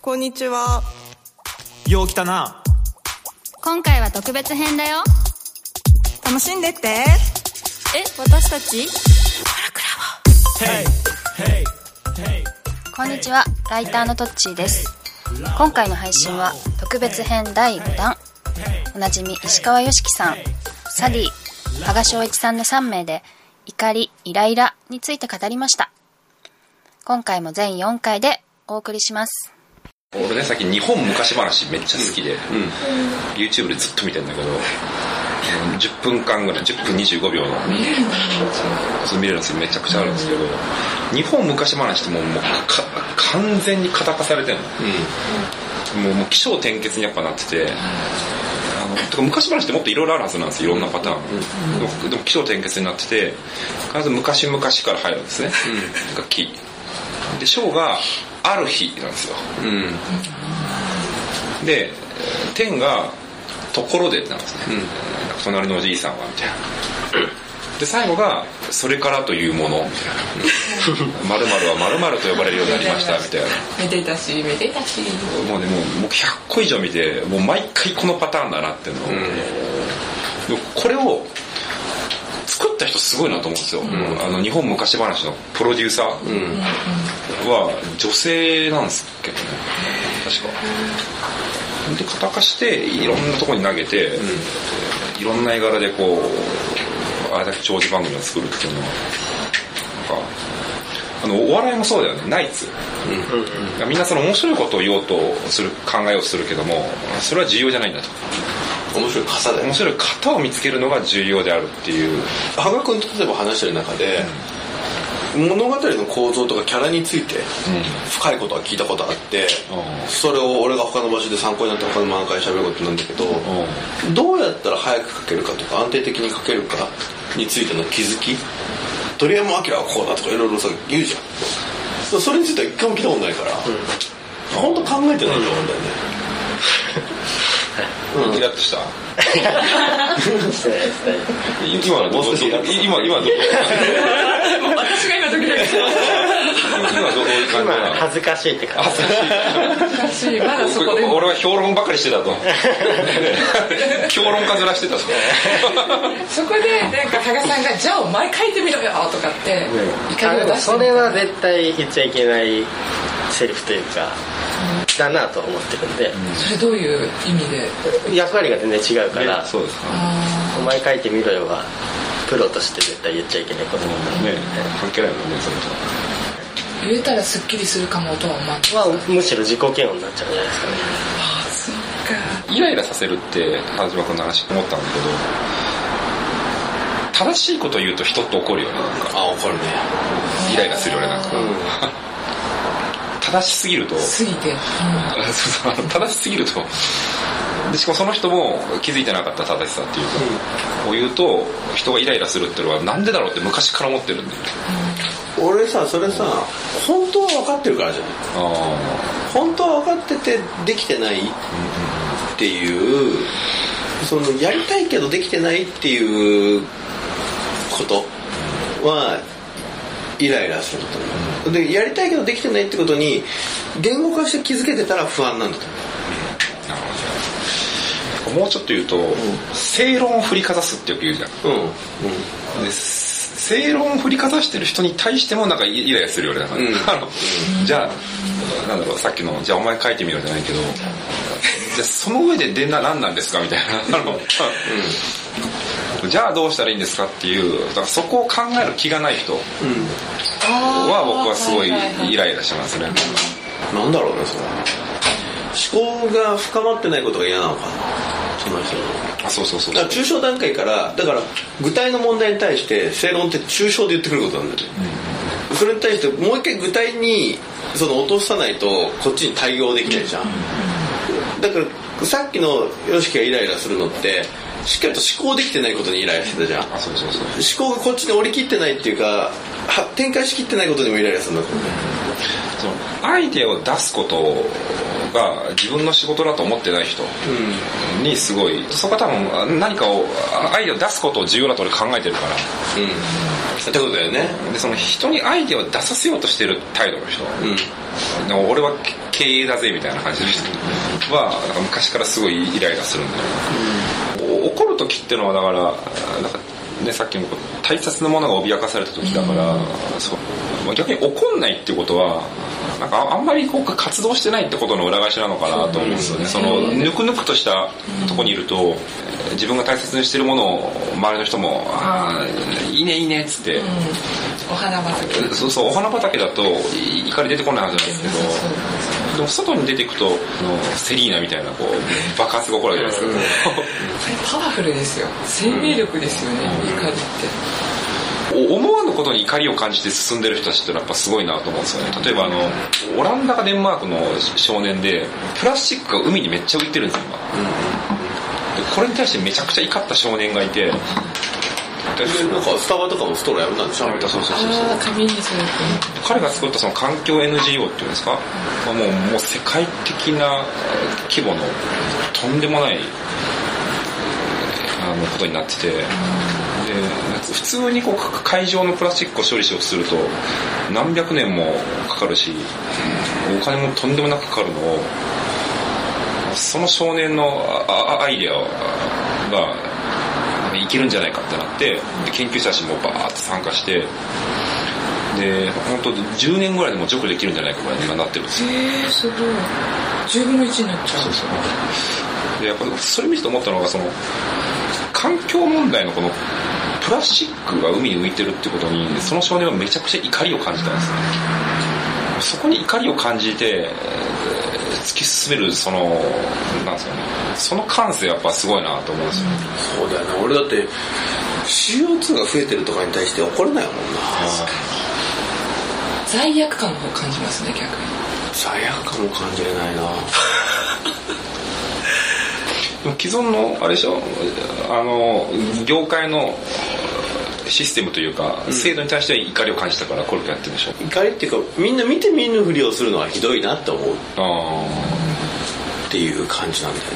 こんにちは。 よう来たな。 今回は特別編だよ。 楽しんでって。 私たちこんにちは、ライターのトッチーです。今回の配信は特別編第5弾。おなじみ石川良樹さん、サディ、羽賀翔一さんの3名で怒り、イライラについて語りました。今回も全4回でお送りします。 俺ね、最近日本昔話めっちゃ好きで、YouTube でずっと見てんだけど、10分間ぐらい、10分25秒の見れるんですよ。めちゃくちゃあるんですけど、日本昔話ってもう完全に型化されてるの、もう起承転結にやっぱなってて、昔話ってもっといろいろあるはずなんですよ。いろんなパターン、でも起承転結になってて、必ず昔々から入るんですね。が起で、章がある日なんですよ。で、天がところでなんですね。隣のおじいさんはみたいな。で、最後がそれからというものみたいな。〇〇は〇〇と呼ばれるようになりましたみたいな。 めでたしめでたし。 もうね、もう100個以上見て、もう毎回このパターンだなっていうのを、でもこれを作った人すごいなと思うんですよ。日本昔話のプロデューサーは女性なんですけどね、確か。で、型化していろんなところに投げて、いろんな絵柄でこうあれだけ長寿番組を作るっていうのは、なんかお笑いもそうだよね。ナイツ、みんなその面白いことを言おうとする、考えようとするけども、それは重要じゃないんだと。 面白い型だよ。 面白い型を見つけるのが重要であるっていう。 羽賀君と例えば話してる中で、物語の構造とかキャラについて深いことは聞いたことあって、それを俺が他の場所で参考になって他の漫画家に喋ることなんだけど、どうやったら早く書けるかとか安定的に書けるかについての気づき、鳥山明はこうだとかいろいろさ言うじゃん。それについては一回も聞いたことないから、本当考えてないと思うんだよね。 イラッとした今のどこ、今どこ私が今ドキドキして今どこいう感じなの？ 恥ずかしいって感じ。 恥ずかしい。まだそこで俺は評論ばかりしてたと。評論家ずらしてたと。 そこでなんか羽賀さんがじゃあお前書いてみろよとかって怒りを出して、 それは絶対言っちゃいけないセリフというかだなと思ってるんで。 それどういう意味で？ 役割が全然違うから、 そうですか。 お前書いてみろよはプロとして絶対言っちゃいけないことなんだね。関係ないもんね、それと。 言えたらスッキリするかもとは思う。 むしろ自己嫌悪になっちゃうんじゃないですかね。 そっか。 イライラさせるって原島君の話思ったんだけど、正しいことを言うと人って怒るよね。なんか怒るね。 イライラするよね、なんか。正しすぎると、 すぎて、 正しすぎると、でしかもその人も気づいてなかった正しさっていうか、を言うと人がイライラするっていうのはなんでだろうって昔から思ってるんだよね。 俺さ、それさ、本当は分かってるからじゃない。本当は分かっててできてないっていう、そのやりたいけどできてないっていうことはイライラすると思う。で、やりたいけどできてないってことに言語化して気づけてたら不安なんだと思う。 なるほど。もうちょっと言うと、正論を振りかざすってよく言うじゃん。で、正論を振りかざしてる人に対してもなんかイライラするよね。じゃあなんだろう、さっきのじゃあお前書いてみろじゃないけど、じゃあその上で何なんですかみたいな。じゃあどうしたらいいんですかっていう、だからそこを考える気がない人は僕はすごいイライラしますね。 なんだろうね、それ。思考が深まってないことが嫌なのかな、その人の。 そうだから抽象段階から、だから具体の問題に対して正論って抽象で言ってくることなんだよね。それに対してもう一回具体にその落とさないとこっちに対応できないじゃん。だからさっきのYOSHIKIがイライラするのってしっかりと思考できてないことにイライラしてたじゃん。思考がこっちに折り切ってないっていうか、展開しきってないことにもイライラするんだと思う。 そのアイデアを出すことが自分の仕事だと思ってない人にすごい、そこは多分何かをアイデアを出すことを重要だと俺考えてるから、 ってことだよね。 でその人にアイデアを出させようとしてる態度の人、でも俺は経営だぜみたいな感じの人はなんか昔からすごいイライラするんだよ、怒る時っていうのはだからなんかね、さっきも大切なものが脅かされた時だから、そう逆に怒んないっていうことはなんかあんまりこう活動してないってことの裏返しなのかなと思うんですよね。そのぬくぬくとしたとこにいると自分が大切にしてるものを周りの人もいいねいいねっつって、 お花畑、 そうお花畑だと怒り出てこないはずなんですけど、でも外に出ていくとセリーナみたいなこう爆発が起こるわけじゃないですか。 パワフルですよ、生命力ですよね、怒りって。 思わぬことに怒りを感じて進んでる人たちってやっぱすごいなと思うんですよね。例えばオランダかデンマークの少年でプラスチックが海にめっちゃ浮いてるんですよ今、でこれに対してめちゃくちゃ怒った少年がいて、 なんかスタバとかもストローやめたんでしょ。 そう紙にする彼が作ったその環境 NGO っていうんですか、もう世界的な規模のとんでもないことになってて、で普通にこう海上のプラスチックを処理しようとすると何百年もかかるし、お金もとんでもなくかかるのを、その少年のアイデアがいけるんじゃないかってなって、で研究者たちもバーッと参加して、で本当10年ぐらいでも除去できるんじゃないかぐらいに今なってるんですよ。 すごい、10分の1になっちゃう。 そうでやっぱそれ見てて思ったのが、その環境問題のこのプラスチックが海に浮いてるってことにその少年はめちゃくちゃ怒りを感じたんですね。そこに怒りを感じて突き進めるそのなんですかね、その感性やっぱすごいなと思うんですよ、 そうだよね。俺だって CO2 が増えてるとかに対して怒れないもんな。 罪悪感の方感じますね、逆に。 罪悪感も感じれないな。 でも既存のあれでしょ、業界のシステムというか、制度に対しては怒りを感じたからこれやってるんでしょ。 怒りっていうか、みんな見て見ぬふりをするのはひどいなって思うっていう感じなんだよね、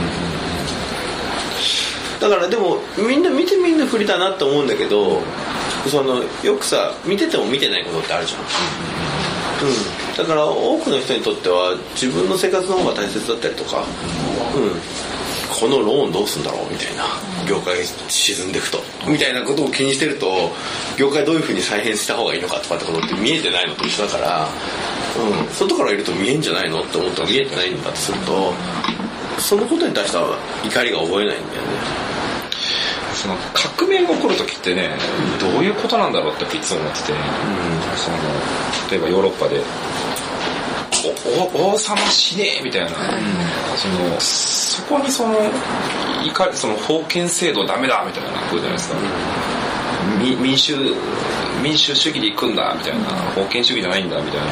だからでもみんな見て見ぬふりだなって思うんだけど、よくさ見てても見てないことってあるじゃん、だから多くの人にとっては自分の生活の方が大切だったりとか、このローンどうすんだろうみたいな、業界沈んでいくとみたいなことを気にしてると、業界どういうふうに再編した方がいいのかとかってことって見えてないのと一緒だから、外からいると見えんじゃないのって思ったら見えてないんだとすると、そのことに対しては怒りが覚えないんだよね。 その革命が起こる時ってね、どういうことなんだろうっていつも思ってて、例えばヨーロッパで王様死ねえみたいな、そこにその封建制度ダメだみたいな声じゃないですか、民主主義で行くんだみたいな、封建主義じゃないんだみたいな、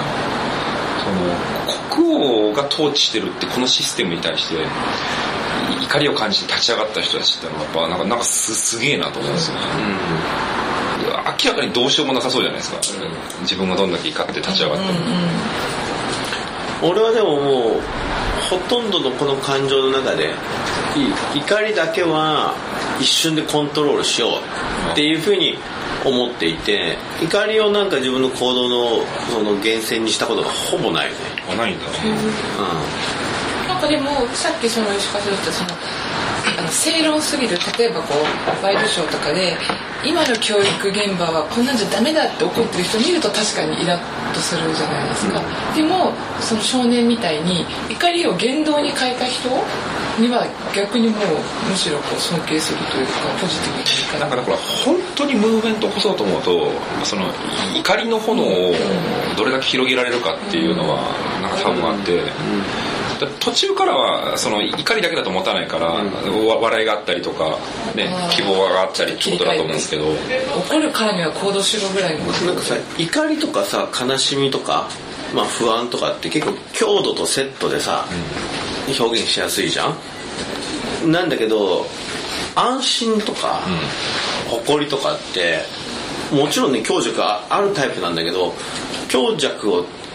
国王が統治してるってこのシステムに対して怒りを感じて立ち上がった人たちってのはやっぱなんかすげえなと思うんですよね、明らかにどうしようもなさそうじゃないですか、自分がどんだけ怒って立ち上がっても、 俺はでももうほとんどのこの感情の中で怒りだけは一瞬でコントロールしようっていうふうに思っていて、怒りをなんか自分の行動のその源泉にしたことがほぼないね。 ないんだ。 なんかでもさっき石川さん言った正論すぎる、例えばこうワイドショーとかで今の教育現場はこんなんじゃダメだって怒ってる人見ると確かにイラッとするじゃないですか、でもその少年みたいに怒りを言動に変えた人には逆にもうむしろこう尊敬するというかポジティブに怒る。 だから本当にムーブメントを起こそうと思うと、その怒りの炎をどれだけ広げられるかっていうのはなんか多分あって、途中からはその怒りだけだと持たないから、笑いがあったりとか、ね、希望があったりってことだと思うんですけど、 怒るからには行動しろぐらいのなんかさ、怒りとかさ、悲しみとか、不安とかって結構強度とセットでさ、表現しやすいじゃん。なんだけど安心とか、誇りとかってもちろんね強弱があるタイプなんだけど、強弱を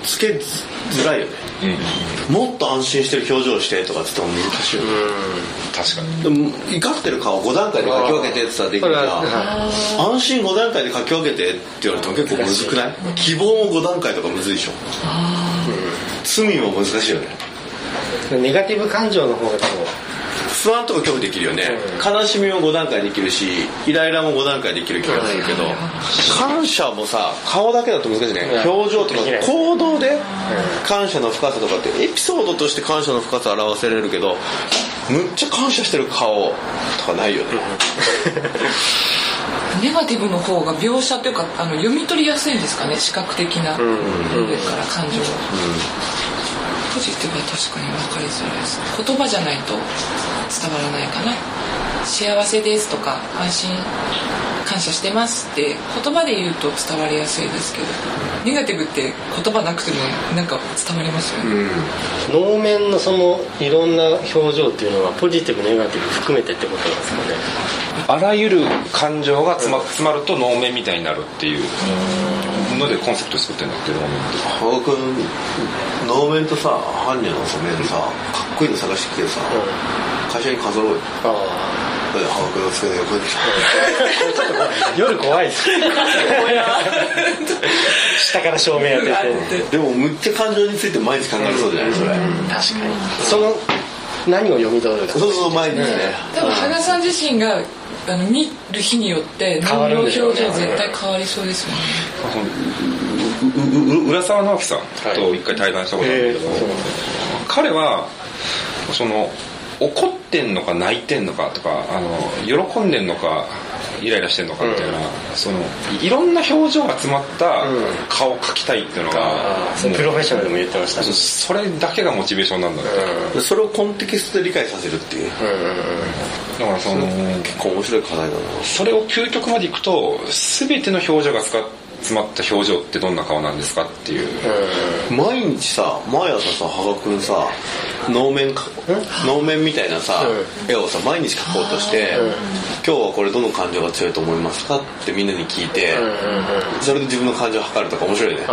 つけづらいよね、もっと安心してる表情してとかって言っても難しいよね。 確かに。 でも怒ってる顔5段階で書き分けてって言ったらできるじゃん。安心5段階で書き分けてって言われても結構むずくない？希望も5段階とかむずいでしょ。罪も難しいよね。 ネガティブ感情の方が多分不安とか恐怖できるよね、悲しみも5段階できるしイライラも5段階できる気がするけど、感謝もさ顔だけだと難しいね、表情とか行動で感謝の深さとかってエピソードとして感謝の深さを表せれるけどむっちゃ感謝してる顔とかないよね。 ネガティブの方が描写というか読み取りやすいんですかね、視覚的な部分から感情を。ポジティブは確かに分かりづらいです。言葉じゃないと伝わらないかな。幸せですとか安心感謝してますって言葉で言うと伝わりやすいですけど、ネガティブって言葉なくてもなんか伝わりますよね、 能面のそのいろんな表情っていうのはポジティブネガティブ含めてってことなんですかね。 あらゆる感情が詰まると能面みたいになるっていうのでコンセプト作ってるんだって能面って。 羽賀君能面とさ般若の面さかっこいいの探してきてさ、会社に飾ろうよ。羽賀君の机の横に夜怖いです下から照明当てて。 でもむっちゃ感情について毎日考えるそうじゃないそれ。 確かにその何を読み取るか。 そう毎日ね。 多分羽賀さん自身が見る日によって能の表情絶対変わりそうですよね。 浦沢直樹さんと一回対談したことあるんだけど、彼はその怒ってんのか泣いてんのかとか喜んでんのかイライラしてんのかみたいな、そのいろんな表情が詰まった顔を描きたいっていうのが、 プロフェッショナルでも言ってましたね。 それだけがモチベーションなんだって、 それをコンテキストで理解させるっていう、 だからその結構面白い課題だな。 それを究極までいくと全ての表情が詰まった表情ってどんな顔なんですかっていう、 毎日さ毎朝さ羽賀くんさ能面みたいなさ、絵をさ毎日描こうとして、今日はこれどの感情が強いと思いますかってみんなに聞いて、それで自分の感情を測るとか面白いね。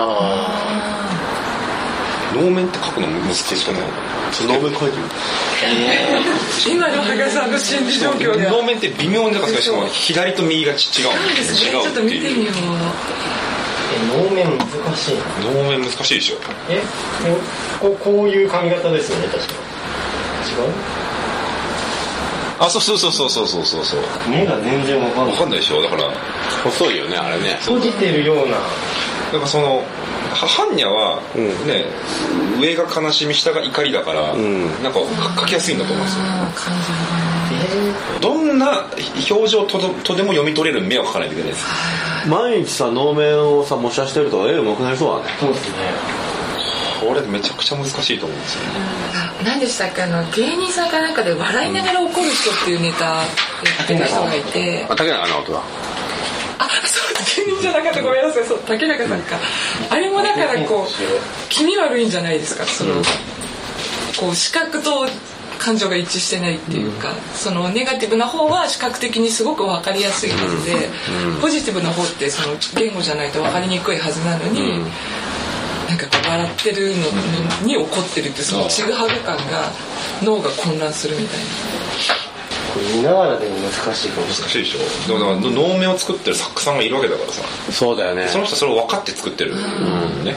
能面って描くの難しいかな。 能面描いてみる。 今の羽賀さんの心理状況で能面って微妙にしかも左と右が違う。 ちょっと見てみよう。 能面難しい。 能面難しいでしょ。 こういう髪型ですよね確か。違う？ あ、そう目が全然分かんないでしょ。だから細いよねあれね。 閉じてるような。 だからその般若はね、上が悲しみ下が怒りだから、なんか描きやすいんだと思うんですよ。どんな表情とでも読み取れる目を描かないといけないです。 毎日さ能面をさ模写してると絵うまくなりそうだね。 そうですね。 これめちゃくちゃ難しいと思うんですよね。 何でしたっけ芸人さんかなんかで笑いながら怒る人っていうネタやってた人がいて、 竹中直人だ。 そう芸人じゃなかった、ごめんなさい。そう竹中さんか。あれもだからこう気味悪いんじゃないですか。そのこう視覚と感情が一致してないっていうか、そのネガティブな方は視覚的にすごく分かりやすいはずで、ポジティブな方ってその言語じゃないと分かりにくいはずなのに、なんかこう笑ってるのに怒ってるってそのちぐはぐ感が脳が混乱するみたいな。 これ見ながらでも難しいかもしれない。 難しいでしょ。だから能面を作ってる作家さんがいるわけだからさ。 そうだよね。 その人はそれを分かって作ってる、ね。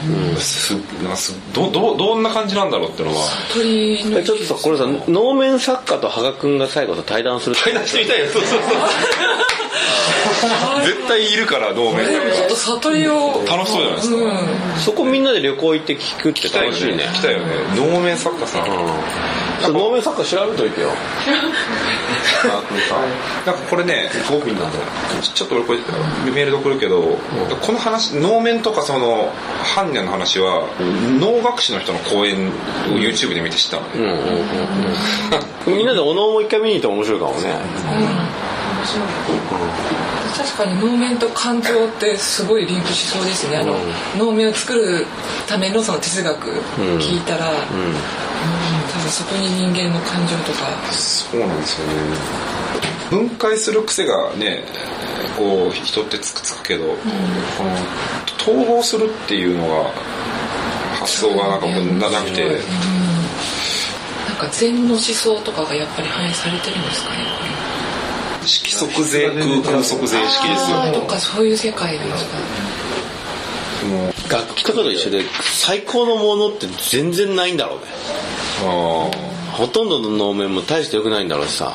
どんな感じなんだろうっていうのは。 ちょっとさこれさ能面作家と羽賀くんが最後さ対談する。 対談してみたいよ。そう。絶対いるから能面。 でもちょっと悟りを楽しそうじゃないですか。 そこみんなで旅行行って聞くって楽しいね。 来たよね。能面作家さん。 能面作家調べといてよ。 なんかこれね、ちょっと俺これメールで送るけど、この話能面とかその般若の話は能楽師の人の講演を YouTube で見て知ったの。 みんなでお能も一回見に行っても面白いかもね。 確かに能面と感情ってすごいリンクしそうですね。能面を作るためのその哲学聞いたら、多分そこに人間の感情とか。 そうなんですよね。分解する癖がね、こう人ってつくけど、統合するっていうのが発想がなんかもうなくて、 なんか禅の思想とかがやっぱり反映されてるんですかね。 色即是空、空即是色ですよ。 とかそういう世界ですか。 もう楽器とかと一緒で最高のものって全然ないんだろうね。ほとんどの能面も大して良くないんだろうしさ。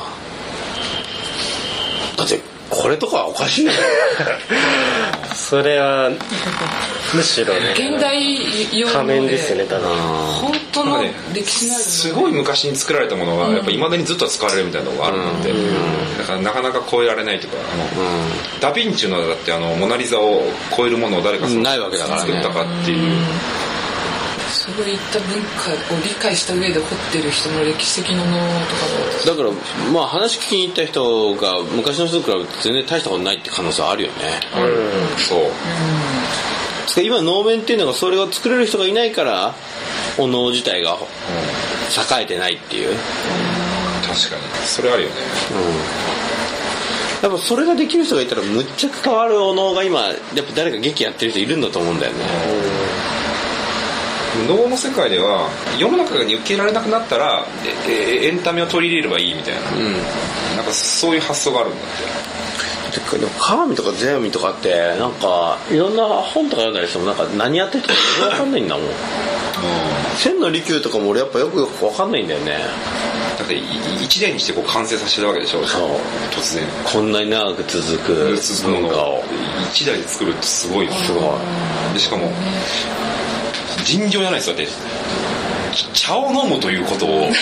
だってこれとかはおかしいんだよ。 それはむしろね現代用語で仮面ですよね。ただ本当の歴史のあるすごい昔に作られたものがやっぱ未だにずっと使われるみたいなのがあるので、だからなかなか超えられないというか、ダヴィンチのだってモナリザを超えるものを誰がないわけだからね。 作ったかっていう、 そういった文化を理解した上で彫ってる人の歴史的なものとかも、 だからまあ話聞きに行った人が昔の人と比べて全然大したことないって可能性あるよね。 そう。 今能面っていうのがそれを作れる人がいないからお能自体が栄えてないっていう、 確かにそれあるよね。 やっぱそれができる人がいたらむっちゃく変わるお能が今やっぱ誰か劇やってる人いるんだと思うんだよね。 能の世界では世の中に受け入れられなくなったらエンタメを取り入れればいいみたいな、なんかそういう発想があるんだって。 でも鏡とかゼミとかってなんかいろんな本とか読んだりしてもなんか何やってるか分かんないんだもん。千の利休とかも俺やっぱよく分かんないんだよね。 だって一年にしてこう完成させてるわけでしょ。 そう突然こんなに長く続く文化を一台で作るってすごいでしかも尋常じゃないですよ。だって茶を飲むということを道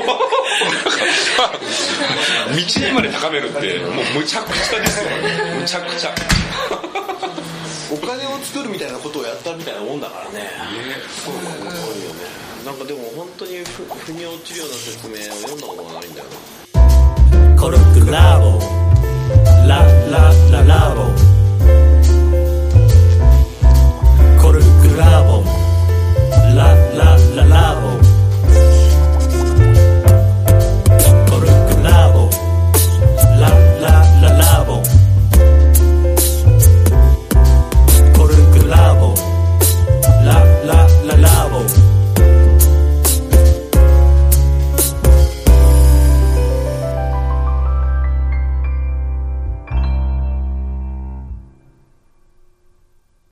にまで高めるってもうむちゃくちゃですよ。むちゃくちゃお金を作るみたいなことをやったみたいなもんだからね。そうよね。なんかでも本当に腑に落ちるような説明を読んだことがないんだよな。 コルクラボララララボ